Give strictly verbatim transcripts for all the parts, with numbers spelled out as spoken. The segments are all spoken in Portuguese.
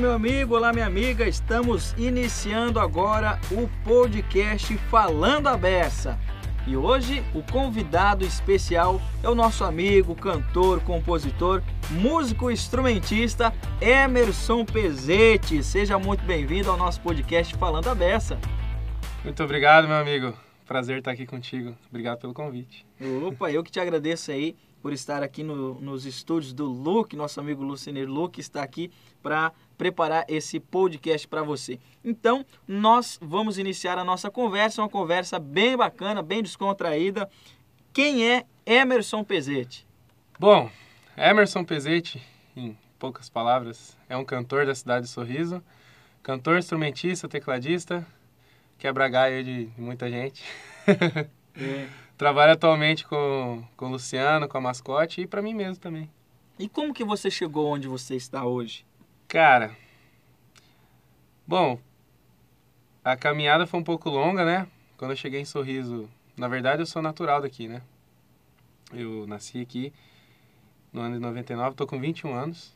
meu amigo, olá, minha amiga. Estamos iniciando agora o podcast Falando a Beça. E hoje o convidado especial é o nosso amigo, cantor, compositor, músico e instrumentista Emerson Pesetti. Seja muito bem-vindo ao nosso podcast Falando a Beça. Muito obrigado, meu amigo. Prazer estar aqui contigo. Obrigado pelo convite. Opa, eu que te agradeço aí por estar aqui no, nos estúdios do Luke, nosso amigo Luciner Luke está aqui para preparar esse podcast para você. Então, nós vamos iniciar a nossa conversa, uma conversa bem bacana, bem descontraída. Quem é Emerson Pesetti? Bom, Emerson Pesetti, em poucas palavras, é um cantor da cidade de Sorriso, cantor, instrumentista, tecladista, quebra-galho de muita gente. É. Trabalho atualmente com, com o Luciano, com a Mascote e para mim mesmo também. E como que você chegou onde você está hoje? Cara, bom, a caminhada foi um pouco longa, né? Quando eu cheguei em Sorriso, na verdade eu sou natural daqui, né? Eu nasci aqui no ano de noventa e nove, tô com vinte e um anos.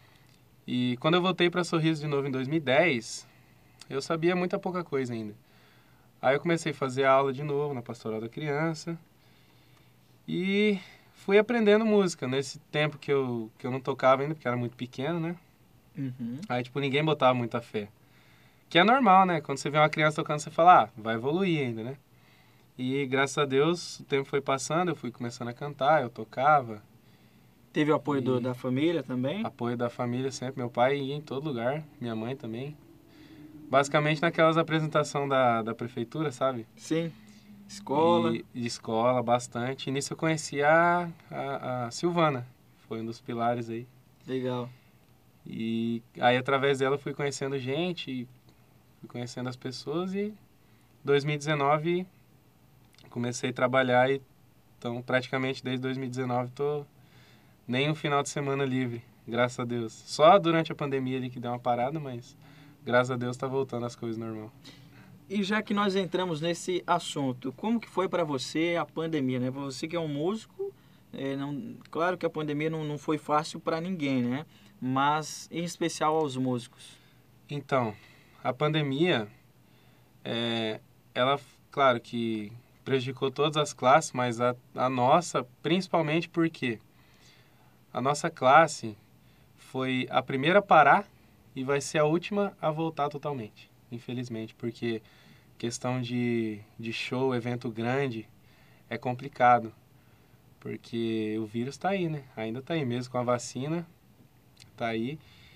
E quando eu voltei para Sorriso de novo em dois mil e dez, eu sabia muita pouca coisa ainda. Aí eu comecei a fazer aula de novo na Pastoral da Criança e fui aprendendo música. Nesse tempo que eu, que eu não tocava ainda, porque era muito pequeno, né? Uhum. Aí, tipo, ninguém botava muita fé. Que é normal, né? Quando você vê uma criança tocando, você fala, ah, vai evoluir ainda, né? E, graças a Deus, o tempo foi passando, eu fui começando a cantar, eu tocava. Teve o apoio E... do, da família também? Apoio da família sempre, meu pai ia em todo lugar, minha mãe também. Basicamente naquelas apresentações da, da prefeitura, sabe? Sim. Escola. E, de escola, bastante. E nisso eu conheci a, a, a Silvana, foi um dos pilares aí. Legal. E aí, através dela, eu fui conhecendo gente, fui conhecendo as pessoas e em dois mil e dezenove comecei a trabalhar e então praticamente desde dois mil e dezenove tô nem um final de semana livre, graças a Deus. Só durante a pandemia ali que deu uma parada, mas graças a Deus tá voltando as coisas normal. E já que nós entramos nesse assunto, como que foi para você a pandemia, né? Você que é um músico, é, não, claro que a pandemia não, não foi fácil para ninguém, né? Mas em especial aos músicos. Então, a pandemia, é, ela, claro que prejudicou todas as classes, mas a, a nossa, principalmente porque a nossa classe foi a primeira a parar e vai ser a última a voltar totalmente, infelizmente, porque questão de, de show, evento grande, é complicado, porque o vírus está aí, né? Ainda está aí, mesmo com a vacina, está aí.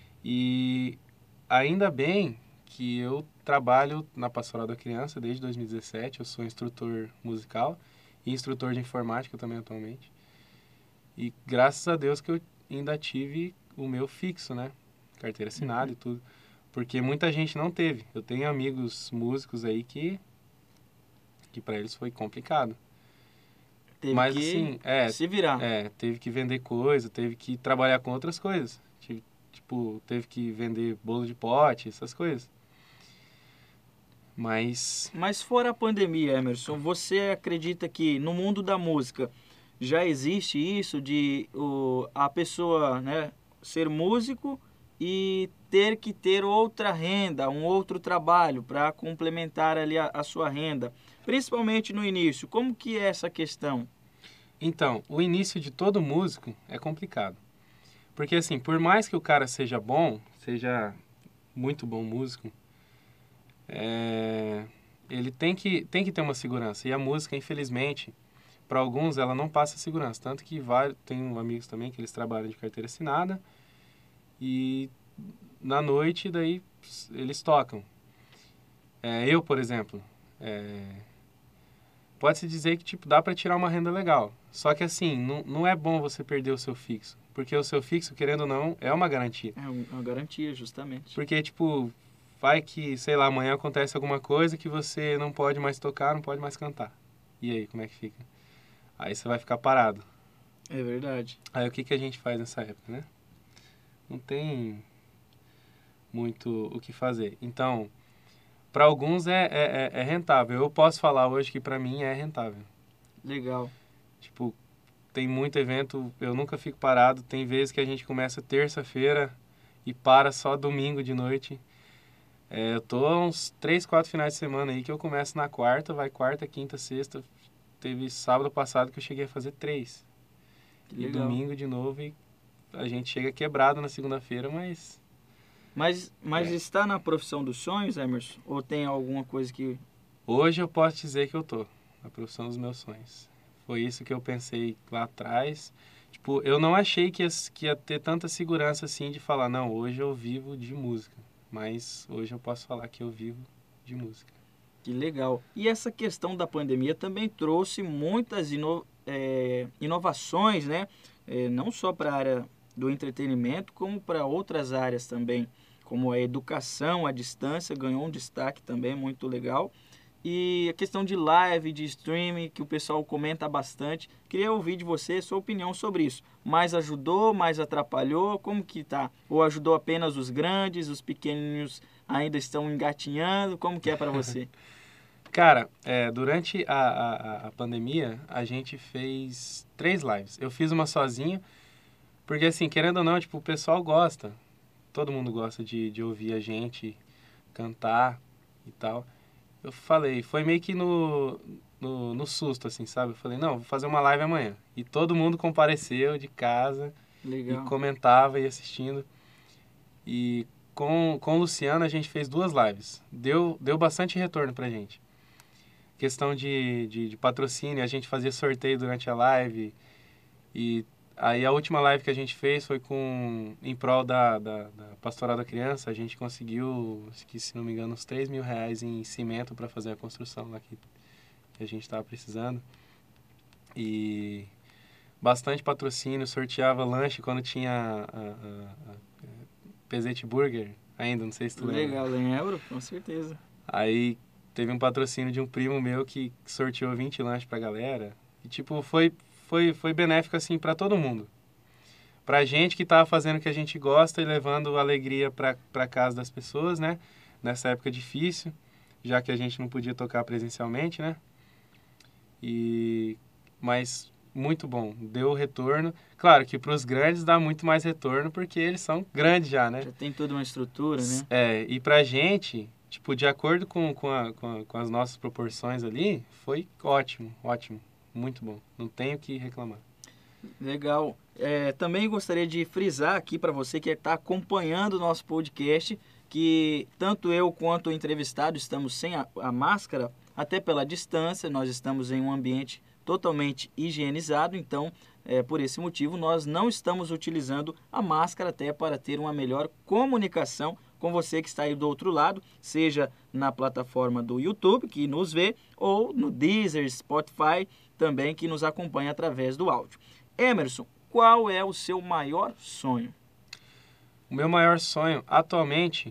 E ainda bem que eu trabalho na Pastoral da Criança desde dois mil e dezessete, eu sou instrutor musical e instrutor de informática também atualmente. E graças a Deus que eu ainda tive o meu fixo, né? Carteira assinada e tudo. Porque muita gente não teve. Eu tenho amigos músicos aí que, que para eles foi complicado. Teve Mas que assim, é, se virar. é, teve que vender coisa, teve que trabalhar com outras coisas. Tipo, teve que vender bolo de pote, essas coisas. Mas... Mas fora a pandemia, Emerson, você acredita que no mundo da música já existe isso de o, a pessoa, né, ser músico e ter que ter outra renda, um outro trabalho para complementar ali a, a sua renda, principalmente no início? Como que é essa questão? Então, o início de todo músico é complicado. Porque assim, por mais que o cara seja bom, seja muito bom músico, é, ele tem que, tem que ter uma segurança. E a música, infelizmente, para alguns ela não passa segurança. Tanto que vários, tenho amigos também que eles trabalham de carteira assinada e na noite daí eles tocam. É, eu, por exemplo, é, pode-se dizer que tipo, dá para tirar uma renda legal. Só que assim, não, não é bom você perder o seu fixo. Porque o seu fixo, querendo ou não, é uma garantia. É uma garantia, justamente. Porque, tipo, vai que, sei lá, amanhã acontece alguma coisa que você não pode mais tocar, não pode mais cantar. E aí, como é que fica? Aí você vai ficar parado. É verdade. Aí o que, que a gente faz nessa época, né? Não tem muito o que fazer. Então, para alguns é, é, é rentável. Eu posso falar hoje que para mim é rentável. Legal. Tipo, tem muito evento, eu nunca fico parado. Tem vezes que a gente começa terça-feira e para só domingo de noite. É, eu tô uns três, quatro finais de semana aí que eu começo na quarta, vai quarta, quinta, sexta. Teve sábado passado que eu cheguei a fazer três. Que E legal. domingo de novo e a gente chega quebrado na segunda-feira, mas... Mas, mas É. está na profissão dos sonhos, Emerson? Ou tem alguma coisa que... Hoje eu posso dizer que eu tô na profissão dos meus sonhos. Foi isso que eu pensei lá atrás. Tipo, eu não achei que ia, que ia ter tanta segurança assim de falar, não, hoje eu vivo de música. Mas hoje eu posso falar que eu vivo de música. Que legal. E essa questão da pandemia também trouxe muitas ino é, inovações, né? É, não só para a área do entretenimento, como para outras áreas também, como a educação à distância, ganhou um destaque também muito legal. E a questão de live, de streaming, que o pessoal comenta bastante. Queria ouvir de você sua opinião sobre isso. Mais ajudou, mais atrapalhou? Como que tá? Ou ajudou apenas os grandes, os pequenos ainda estão engatinhando? Como que é para você? Cara, é, durante a, a, a pandemia, a gente fez três lives. Eu fiz uma sozinha, porque assim, querendo ou não, tipo, o pessoal gosta. Todo mundo gosta de, de ouvir a gente cantar e tal. Eu falei, foi meio que no, no, no susto, assim, sabe? Eu falei, não, vou fazer uma live amanhã. E todo mundo compareceu de casa e Legal. comentava e assistindo. E com, com o Luciano a gente fez duas lives. Deu, deu bastante retorno pra gente. Questão de, de, de patrocínio, a gente fazia sorteio durante a live. E aí a última live que a gente fez foi com em prol da, da, da Pastoral da Criança. A gente conseguiu, que, se não me engano, uns três mil reais em cimento para fazer a construção lá que, que a gente estava precisando. E bastante patrocínio, sorteava lanche quando tinha a, a, a, a Pesete Burger ainda, não sei se tu lembra. Legal, lembro, com certeza. Aí teve um patrocínio de um primo meu que sorteou vinte lanches pra galera. E tipo, foi, foi, foi benéfico assim pra todo mundo. Pra gente que tava fazendo o que a gente gosta e levando alegria pra, pra casa das pessoas, né? Nessa época difícil, já que a gente não podia tocar presencialmente, né? E... Mas muito bom, deu retorno. Claro que pros grandes dá muito mais retorno porque eles são grandes já, né? Já tem toda uma estrutura, né? É, e pra gente, tipo, de acordo com, com, a, com, a, com as nossas proporções ali, foi ótimo, ótimo, muito bom. Não tenho o que reclamar. Legal. É, também gostaria de frisar aqui para você que está acompanhando o nosso podcast, que tanto eu quanto o entrevistado estamos sem a, a máscara, até pela distância, nós estamos em um ambiente totalmente higienizado, então, é, por esse motivo, nós não estamos utilizando a máscara até para ter uma melhor comunicação com você que está aí do outro lado, seja na plataforma do YouTube, que nos vê, ou no Deezer, Spotify, também que nos acompanha através do áudio. Emerson, qual é o seu maior sonho? O meu maior sonho, atualmente,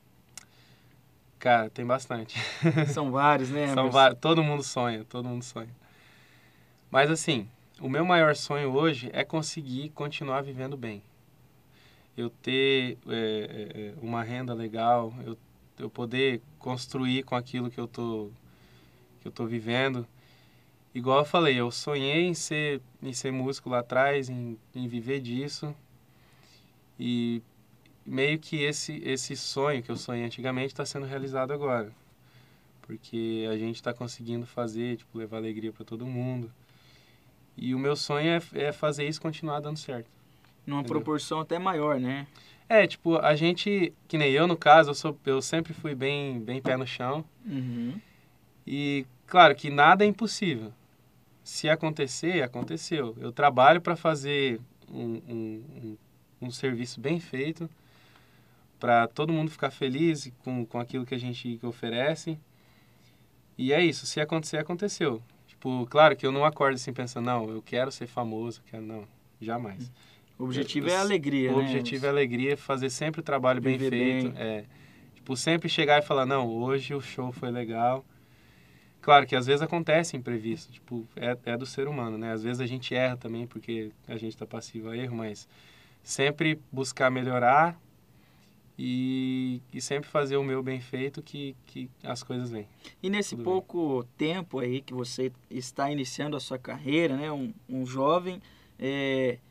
cara, tem bastante. São vários, né, Emerson? São vários, todo mundo sonha, todo mundo sonha. Mas assim, o meu maior sonho hoje é conseguir continuar vivendo bem. Eu ter é, é, uma renda legal, eu, eu poder construir com aquilo que eu tô, que eu tô vivendo. Igual eu falei, eu sonhei em ser, em ser músico lá atrás, em, em viver disso. E meio que esse, esse sonho que eu sonhei antigamente está sendo realizado agora. Porque a gente está conseguindo fazer, tipo, levar alegria para todo mundo. E o meu sonho é, é fazer isso continuar dando certo. Numa Entendeu? proporção até maior, né? É, tipo, a gente, que nem eu no caso, eu, sou, eu sempre fui bem, bem pé no chão. Uhum. E, claro, que nada é impossível. Se acontecer, aconteceu. Eu trabalho para fazer um, um, um, um serviço bem feito, para todo mundo ficar feliz com, com aquilo que a gente oferece. E é isso, se acontecer, aconteceu. Tipo, claro que eu não acordo assim pensando, não, eu quero ser famoso, eu quero, não, jamais. O objetivo Eu- eu- é a alegria, O né? objetivo é a alegria, fazer sempre o trabalho bem Viver feito. bem. É, tipo, sempre chegar e falar, não, hoje o show foi legal. Claro que às vezes acontece imprevisto, tipo, é, é do ser humano, né? Às vezes a gente erra também porque a gente tá passivo a erro, mas sempre buscar melhorar e, e sempre fazer o meu bem feito que, que as coisas vêm. E nesse Tudo pouco tempo aí que você está iniciando a sua carreira, né? Um, um jovem, é,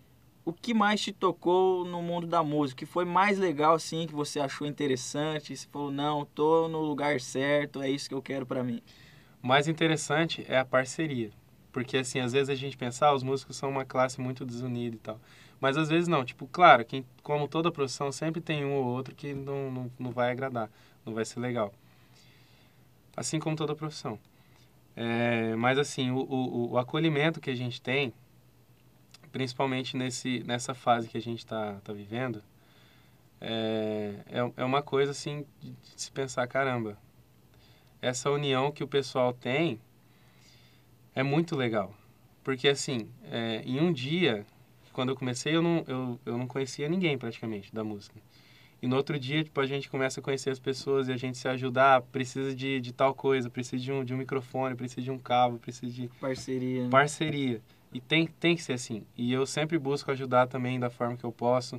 o que mais te tocou no mundo da música? O que foi mais legal, assim, que você achou interessante? Você falou, não, tô no lugar certo, é isso que eu quero pra mim. O mais interessante é a parceria. Porque, assim, às vezes a gente pensa, ah, os músicos são uma classe muito desunida e tal. Mas às vezes não. Tipo, claro, quem, como toda profissão, sempre tem um ou outro que não, não, não vai agradar, não vai ser legal. Assim como toda profissão. É, mas, assim, o, o, o acolhimento que a gente tem, principalmente nesse, nessa fase que a gente está tá vivendo, é, é, é uma coisa, assim, de se pensar, caramba, essa união que o pessoal tem é muito legal. Porque, assim, é, em um dia, quando eu comecei, eu não, eu, eu não conhecia ninguém, praticamente, da música. E no outro dia, tipo, a gente começa a conhecer as pessoas e a gente se ajudar, precisa de, de tal coisa, precisa de um, de um microfone, precisa de um cabo, precisa de... Parceria, né? Parceria. E tem, tem que ser assim. E eu sempre busco ajudar também da forma que eu posso.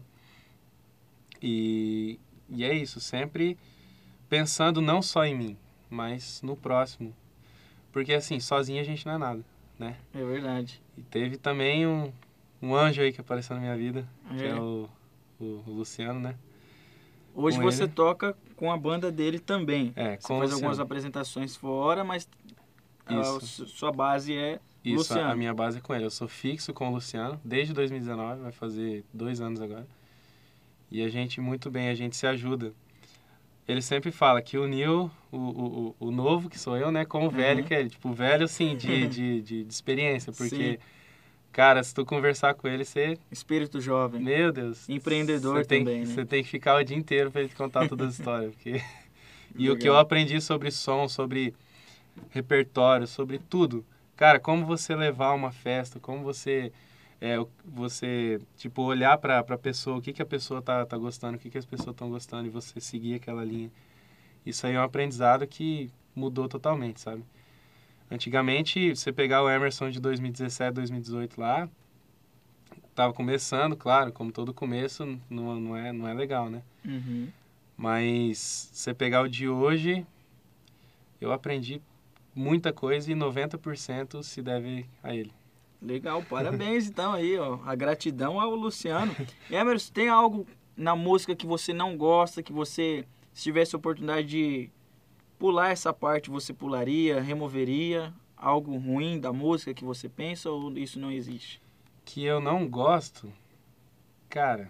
E, e é isso, sempre pensando não só em mim, mas no próximo. Porque, assim, sozinho a gente não é nada, né? É verdade. E teve também um, um anjo aí que apareceu na minha vida, É. que é o, o, o Luciano, né? Hoje Com você ele. toca com a banda dele também. É, Você com o faz Luciano. algumas apresentações fora, mas a Isso. sua base é Isso, a, Luciano. a minha base é com ele. Eu sou fixo com o Luciano desde dois mil e dezenove, vai fazer dois anos agora. E a gente, muito bem, a gente se ajuda. Ele sempre fala que uniu o, o, o novo, que sou eu, né, com o velho, Uhum. que é ele. Tipo, o velho, assim, de, de, de, de experiência. Porque, Sim. cara, se tu conversar com ele, você... Espírito jovem. Meu Deus. Empreendedor Você tem, também, né? Você tem que ficar o dia inteiro pra ele te contar todas as histórias. Porque... E o que eu Legal. aprendi sobre som, sobre repertório, sobre tudo. Cara, como você levar uma festa, como você... É, você, tipo, olhar pra, pra pessoa, o que, que a pessoa tá, tá gostando, o que, que as pessoas estão gostando, e você seguir aquela linha. Isso aí é um aprendizado que mudou totalmente, sabe? Antigamente, você pegar o Emerson de dois mil e dezessete, dois mil e dezoito lá, tava começando, claro, como todo começo, não, não, é, não é legal, né? Uhum. Mas você pegar o de hoje, eu aprendi muita coisa e noventa por cento se deve a ele. Legal, parabéns então aí, ó. A gratidão ao Luciano. Emerson, tem algo na música que você não gosta, que você, se tivesse a oportunidade de pular essa parte, você pularia, removeria? Algo ruim da música que você pensa ou isso não existe? Que eu não gosto, cara,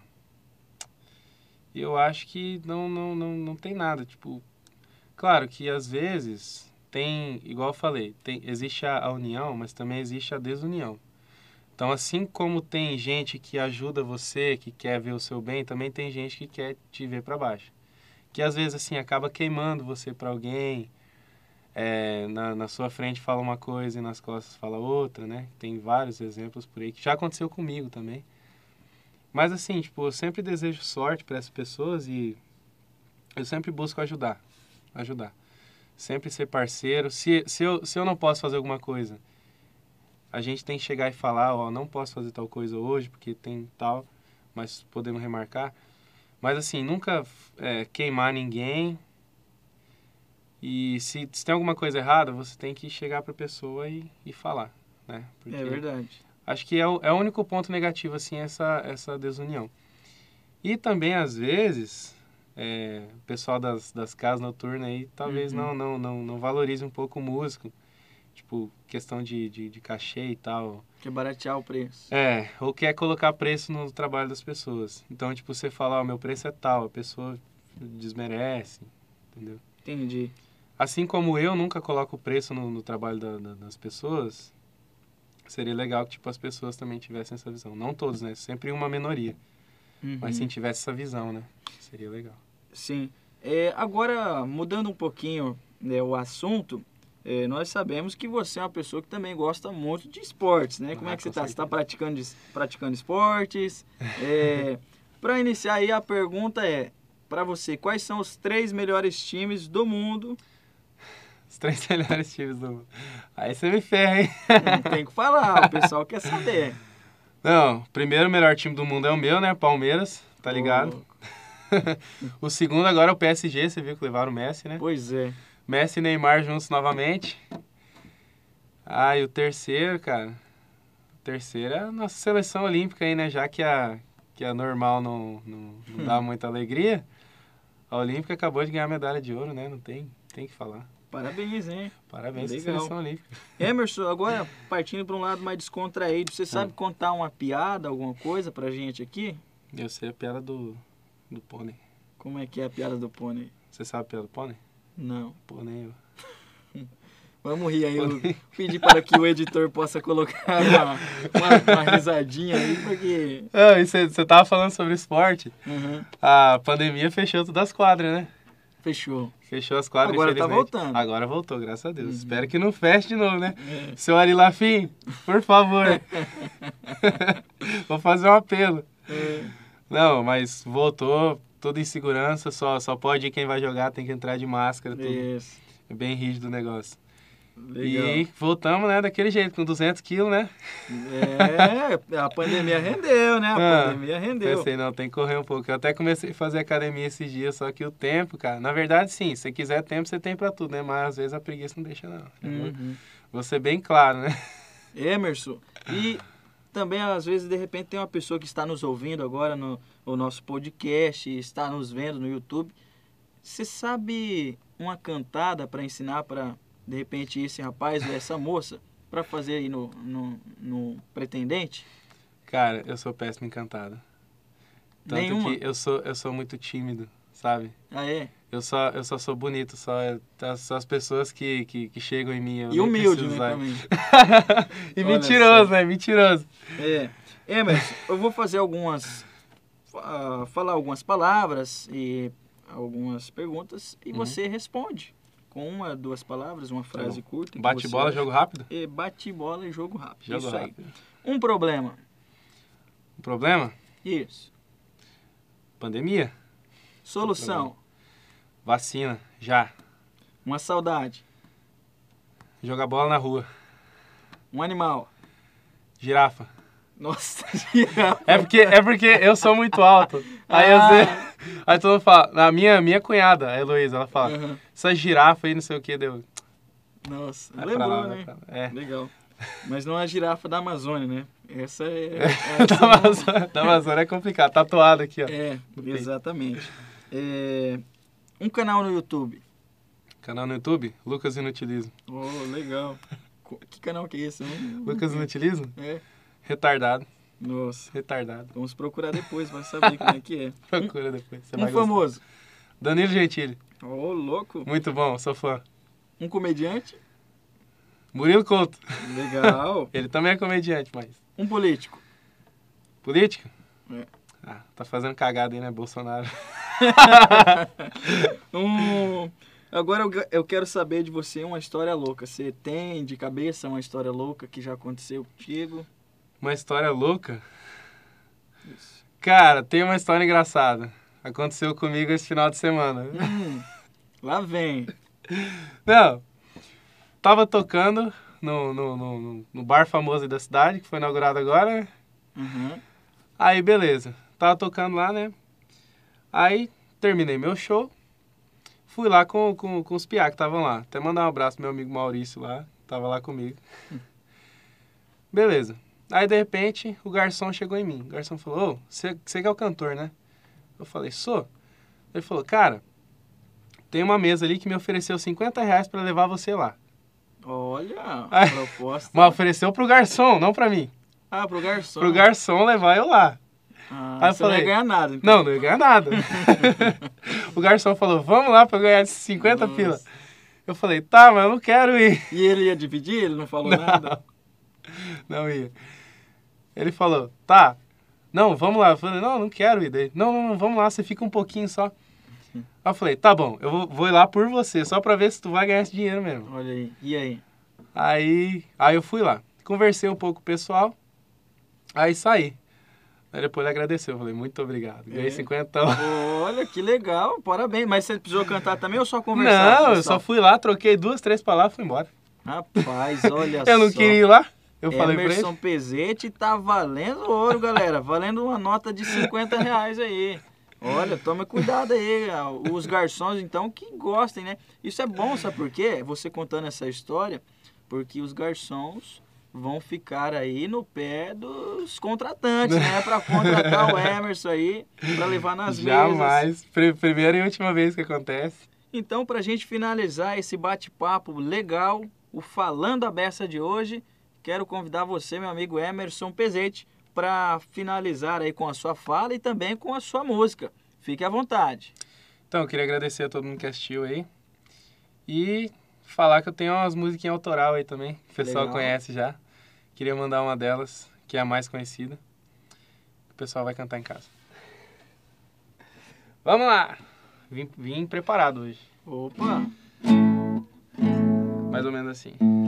eu acho que não, não, não, não tem nada. Tipo, claro que às vezes tem, igual eu falei, tem, existe a, a união, mas também existe a desunião. Então, assim como tem gente que ajuda você, que quer ver o seu bem, também tem gente que quer te ver para baixo. Que às vezes, assim, acaba queimando você para alguém, é, na, na sua frente fala uma coisa e nas costas fala outra, né? Tem vários exemplos por aí, que já aconteceu comigo também. Mas, assim, tipo, eu sempre desejo sorte para essas pessoas e eu sempre busco ajudar, ajudar. Sempre ser parceiro. Se, se, eu, se eu não posso fazer alguma coisa, a gente tem que chegar e falar, ó, não posso fazer tal coisa hoje, porque tem tal, mas podemos remarcar. Mas, assim, nunca é, queimar ninguém. E se, se tem alguma coisa errada, você tem que chegar para a pessoa e, e falar, né? Porque É verdade. acho que é o, é o único ponto negativo, assim, essa, essa desunião. E também, às vezes, é, o pessoal das, das casas noturnas aí talvez Uhum. não, não, não, não valorize um pouco o músico. Tipo, questão de, de, de cachê e tal. Quer baratear o preço. É, ou quer colocar preço no trabalho das pessoas. Então, tipo, você fala, ó, meu preço é tal, a pessoa desmerece, entendeu? Entendi. Assim como eu nunca coloco preço no, no trabalho da, da, das pessoas, seria legal que, tipo, as pessoas também tivessem essa visão. Não todos, né? Sempre uma minoria. Uhum. Mas sim tivesse essa visão, né? Seria legal. Sim. É, agora, mudando um pouquinho, né, o assunto, é, nós sabemos que você é uma pessoa que também gosta muito de esportes, né? Como Ah, é que você com está? Você está certeza. praticando, es- praticando esportes? É, para iniciar aí, a pergunta é, para você, quais são os três melhores times do mundo? Os três melhores times do mundo. Aí você me ferra, hein? Hum, tem que falar, o pessoal quer saber. Não, o primeiro melhor time do mundo é o meu, né? Palmeiras, tá ligado? Ô, O segundo agora é o P S G, você viu que levaram o Messi, né? pois é. Messi e Neymar juntos novamente. Ah, e o terceiro, cara... terceira é a nossa seleção olímpica aí, né? Já que a, que a normal não, não, não dá muita alegria, a olímpica acabou de ganhar medalha de ouro, né? Não tem, tem que falar. Parabéns, hein? Parabéns à Legal. seleção olímpica. Emerson, agora partindo para um lado mais descontraído, você sabe Hum. contar uma piada, alguma coisa pra gente aqui? Eu sei a piada do, do pônei. Como é que é a piada do pônei? Você sabe a piada do pônei? Não. Pônei, ó. Vamos rir aí, eu pedi para que o editor possa colocar uma, uma, uma risadinha aí, porque... Ah, e você você tava falando sobre esporte. Uhum. A pandemia fechou todas as quadras, né? Fechou. Fechou as quadras, Agora tá infelizmente. voltando. Agora voltou, graças a Deus. Uhum. Espero que não feche de novo, né? É. Seu Ari Lafim, por favor. Vou fazer um apelo. É. Não, mas voltou, tudo em segurança, só, só pode ir quem vai jogar, tem que entrar de máscara, tudo. Isso. É bem rígido o negócio. Legal. E voltamos, né, daquele jeito, com duzentos quilos, né? É, a pandemia rendeu, né? A Ah, pandemia rendeu. Pensei, não, tem que correr um pouco. Eu até comecei a fazer academia esses dias, só que o tempo, cara, na verdade, sim, se quiser tempo, você tem pra tudo, né? Mas às vezes a preguiça não deixa, não. Uhum. Vou ser bem claro, né? Emerson, e também às vezes de repente tem uma pessoa que está nos ouvindo agora no, no nosso podcast, está nos vendo no YouTube. Você sabe uma cantada para ensinar para de repente esse rapaz ou essa moça para fazer aí no, no, no pretendente? Cara, eu sou péssimo encantado. Tanto Nenhuma? que eu sou, eu sou muito tímido, sabe? Ah, é? Eu só, eu só sou bonito, só, só as pessoas que, que, que chegam em mim. Eu E nem humilde, preciso né, usar. também. E Olha mentiroso, só. né? Mentiroso. É. Emerson, eu vou fazer algumas... fa- falar algumas palavras e algumas perguntas e Uhum. você responde com uma, duas palavras, uma frase bom. curta. que Bate você bola, acha. jogo rápido? E bate bola e jogo rápido. Jogo Isso rápido. aí. Um problema. O problema? Isso. Pandemia? Solução. Vacina, já. Uma saudade. Jogar bola na rua. Um animal. Girafa. Nossa, girafa. É porque, é porque eu sou muito alto. Aí, Ah. eu sei, aí todo mundo fala, a minha, minha cunhada, a Heloísa, ela fala, Uhum. essa girafa aí, não sei o que, deu. Nossa, Vai pra lembrou, lá, né? vai pra lá. É. Legal. Mas não é a girafa da Amazônia, né? Essa é... Da essa não- Amazônia, da Amazônia é complicado, tatuado aqui, ó. É, No peito. exatamente. É, um canal no YouTube. Canal no YouTube, Lucas Inutilismo. Oh, legal. Co- Que canal que é esse? Eu não- Lucas Inutilismo? É. Retardado, Nossa, retardado. vamos procurar depois pra saber como é que é. Procura depois, você Um vai gostar. famoso. Danilo Gentili, Ô, louco. muito bom, sou fã. Um comediante. Murilo Couto, Legal. ele também é comediante, mas... Um político. Político? É. Ah, tá fazendo cagada aí, né, Bolsonaro? Um... Agora eu, ga- eu quero saber de você uma história louca. Você tem de cabeça uma história louca que já aconteceu contigo? Uma história louca? Isso. Cara, tem uma história engraçada. Aconteceu comigo esse final de semana. Hum, lá vem. Não, tava tocando no, no, no, no- no bar famoso aí da cidade, que foi inaugurado agora, né? Uhum. Aí, beleza. Tava tocando lá, né? Aí, terminei meu show. Fui lá com, com, com os piá que estavam lá. Até mandar um abraço pro meu amigo Maurício lá. Tava lá comigo. Beleza. Aí, de repente, o garçom chegou em mim. O garçom falou, ô, você você que é o cantor, né? Eu falei, sou. Ele falou, cara, tem uma mesa ali que me ofereceu cinquenta reais pra levar você lá. Olha, Ai. proposta. Mas ofereceu pro garçom, não pra mim. Ah, pro garçom. Pro garçom levar eu lá. Ah, Aí eu você não falei, ia ganhar nada. Então. Não, não ia ganhar nada. O garçom falou, vamos lá pra eu ganhar esses cinquenta Nossa. pila. Eu falei, tá, mas eu não quero ir. E ele ia dividir? Ele não falou Não. nada? Não ia. Ele falou, tá, não, vamos lá. Eu falei, não, não quero ir. Daí, não, não, não, vamos lá, você fica um pouquinho só. Aí eu falei, tá bom, eu vou, vou ir lá por você, só pra ver se tu vai ganhar esse dinheiro mesmo. Olha aí. E aí? Aí, aí eu fui lá, conversei um pouco com o pessoal, aí saí. Aí depois ele agradeceu, eu falei, muito obrigado, ganhei É. cinquenta. Olha, que legal. Parabéns. Mas você precisou cantar também ou só conversar? com o Não, eu pessoal? só fui lá, troquei duas, três palavras e fui embora. Rapaz, olha só. Eu não queria ir lá, eu falei pra Emerson ele. Pesetti tá valendo ouro, galera. Valendo uma nota de cinquenta reais aí. Olha, toma cuidado aí. Os garçons, então, que gostem, né? Isso é bom, sabe por quê? Você contando essa história, porque os garçons vão ficar aí no pé dos contratantes, né? Para contratar o Emerson aí, para levar nas Jamais. mesas. Jamais. Primeira e última vez que acontece. Então, para a gente finalizar esse bate-papo legal, o Falando a Beça de hoje, quero convidar você, meu amigo Emerson Pesetti, para finalizar aí com a sua fala e também com a sua música. Fique à vontade. Então, eu queria agradecer a todo mundo que assistiu aí. E falar que eu tenho umas musiquinhas autoral aí também, que o pessoal Legal. conhece já. Queria mandar uma delas, que é a mais conhecida. O pessoal vai cantar em casa. Vamos lá! Vim, vim preparado hoje. Opa! Mais ou menos assim.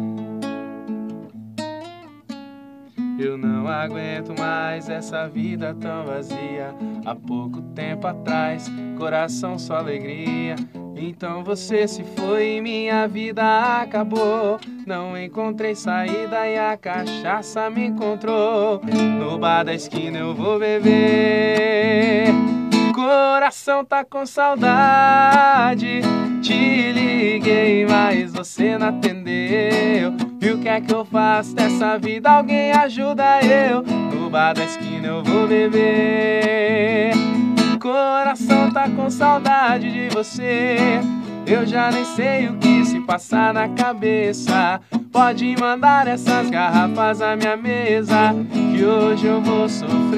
Eu não aguento mais essa vida tão vazia. Há pouco tempo atrás, coração só alegria. Então você se foi e minha vida acabou. Não encontrei saída e a cachaça me encontrou. No bar da esquina eu vou beber. Coração tá com saudade. Te liguei, mas você não atendeu. E o que é que eu faço dessa vida? Alguém ajuda eu. No bar da esquina eu vou beber. Coração tá com saudade de você. Eu já nem sei o que se passa na cabeça. Pode mandar essas garrafas à minha mesa, que hoje eu vou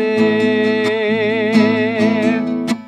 sofrer.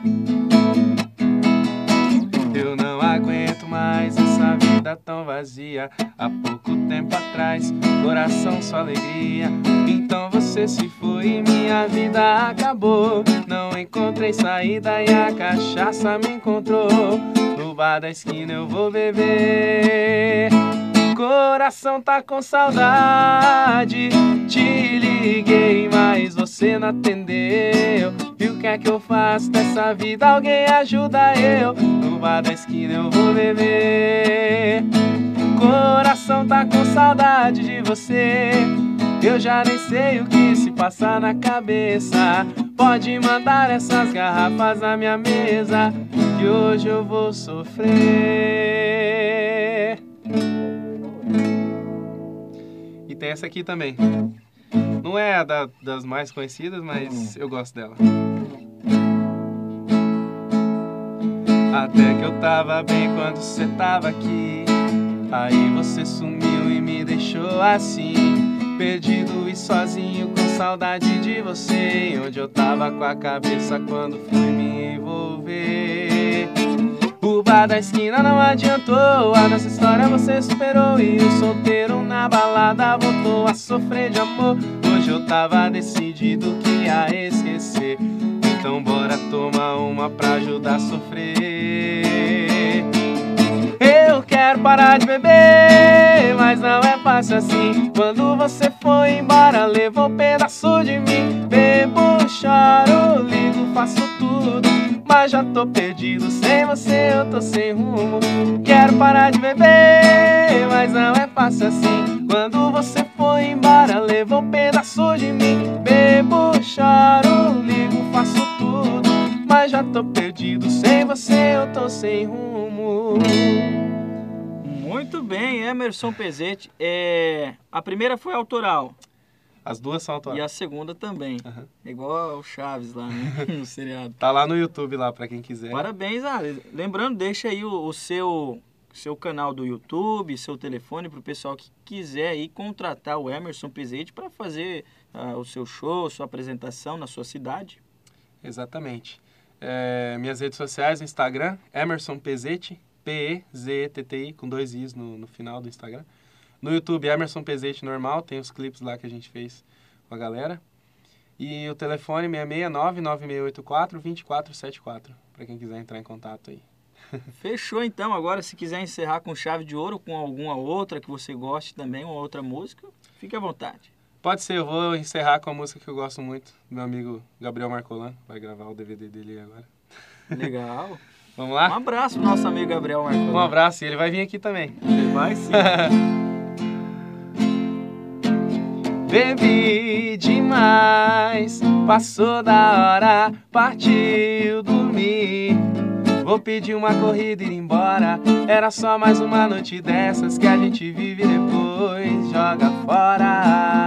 Eu não aguento mais essa vida tão vazia. Há pouco tempo atrás, coração só alegria. Então você se foi e minha vida acabou. Não encontrei saída e a cachaça me encontrou. No bar da esquina eu vou beber. Coração tá com saudade. Te liguei, mas você não atendeu. E o que é que eu faço dessa vida? Alguém ajuda eu. No bar da esquina eu vou beber. Coração tá com saudade de você. Eu já nem sei o que se passa na cabeça. Pode mandar essas garrafas na minha mesa, que hoje eu vou sofrer. E tem essa aqui também. Não é a da, das mais conhecidas, mas eu gosto dela. Até que eu tava bem quando cê tava aqui. Aí você sumiu e me deixou assim, perdido e sozinho, com saudade de você. Onde eu tava com a cabeça quando fui me envolver. O bar da esquina não adiantou, a nossa história você superou. E o solteiro na balada voltou a sofrer de amor. Hoje eu tava decidido que ia esquecer. Então bora tomar uma pra ajudar a sofrer. Eu quero parar de beber, mas não é fácil assim. Quando você foi embora, levou um pedaço de mim. Bebo, choro, ligo, faço tudo, mas já tô perdido. Sem você eu tô sem rumo. Quero parar de beber, mas não é fácil assim. Quando você foi embora, levou um pedaço de mim. Bebo, choro, ligo, faço tudo, mas já tô perdido. Sem você eu tô sem rumo. Muito bem, Emerson Pesetti. É, a primeira foi autoral. As duas são autorais. E a segunda também. Uhum. Igual ao Chaves lá, né? No seriado. Tá lá no YouTube, lá, pra quem quiser. Parabéns, Ale. Lembrando, deixa aí o, o seu, seu canal do YouTube, seu telefone, pro pessoal que quiser aí contratar o Emerson Pesetti para fazer uh, o seu show, sua apresentação na sua cidade. Exatamente. É, minhas redes sociais, Instagram, Emerson Pesetti, P E Z E T T I, com dois Is no, no final do Instagram. No YouTube, Emerson Pesetti normal, tem os clipes lá que a gente fez com a galera. E o telefone seis seis nove, nove seis oito quatro, dois quatro sete quatro, para quem quiser entrar em contato aí. Fechou então. Agora, se quiser encerrar com chave de ouro, com alguma outra que você goste também, uma outra música, fique à vontade. Pode ser, eu vou encerrar com a música que eu gosto muito, do meu amigo Gabriel Marcolan, vai gravar o D V D dele agora. Legal. Vamos lá? Um abraço pro nosso amigo Gabriel Marcolan. Um abraço, e ele vai vir aqui também. Ele vai sim. Bebi demais, passou da hora, partiu dormir. Vou pedir uma corrida e ir embora. Era só mais uma noite dessas que a gente vive e depois joga fora.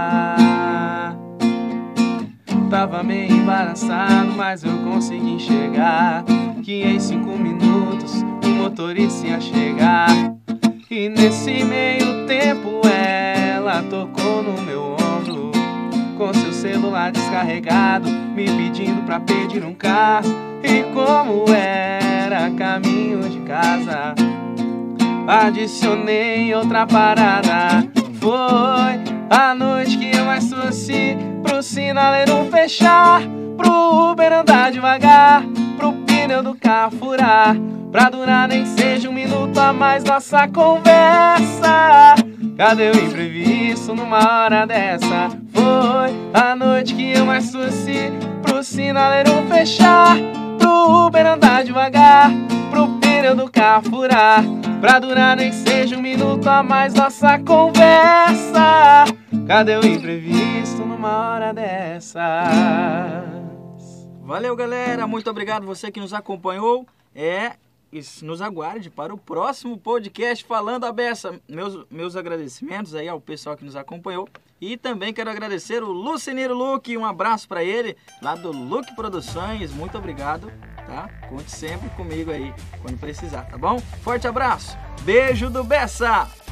apressado, mas eu consegui enxergar que em cinco minutos o motorista ia chegar. E nesse meio tempo ela tocou no meu ombro, com seu celular descarregado, me pedindo pra pedir um carro. E como era caminho de casa, adicionei outra parada. Foi a noite que eu mais torci pro sinaleiro fechar, pro Uber andar devagar, pro pneu do carro furar, pra durar nem seja um minuto a mais nossa conversa. Cadê o imprevisto numa hora dessa? Foi a noite que eu mais torci pro sinaleiro fechar, pro Uber andar devagar, pro pneu do carro furar, pra durar nem seja um minuto a mais nossa conversa. Cadê o imprevisto numa hora dessas? Valeu, galera, muito obrigado você que nos acompanhou. É, nos aguarde para o próximo podcast Falando a Beça. Meus, meus agradecimentos aí ao pessoal que nos acompanhou. E também quero agradecer o Lucineiro Luke, um abraço para ele, lá do Luke Produções. Muito obrigado, tá? Conte sempre comigo aí, quando precisar, tá bom? Forte abraço, beijo do Beça!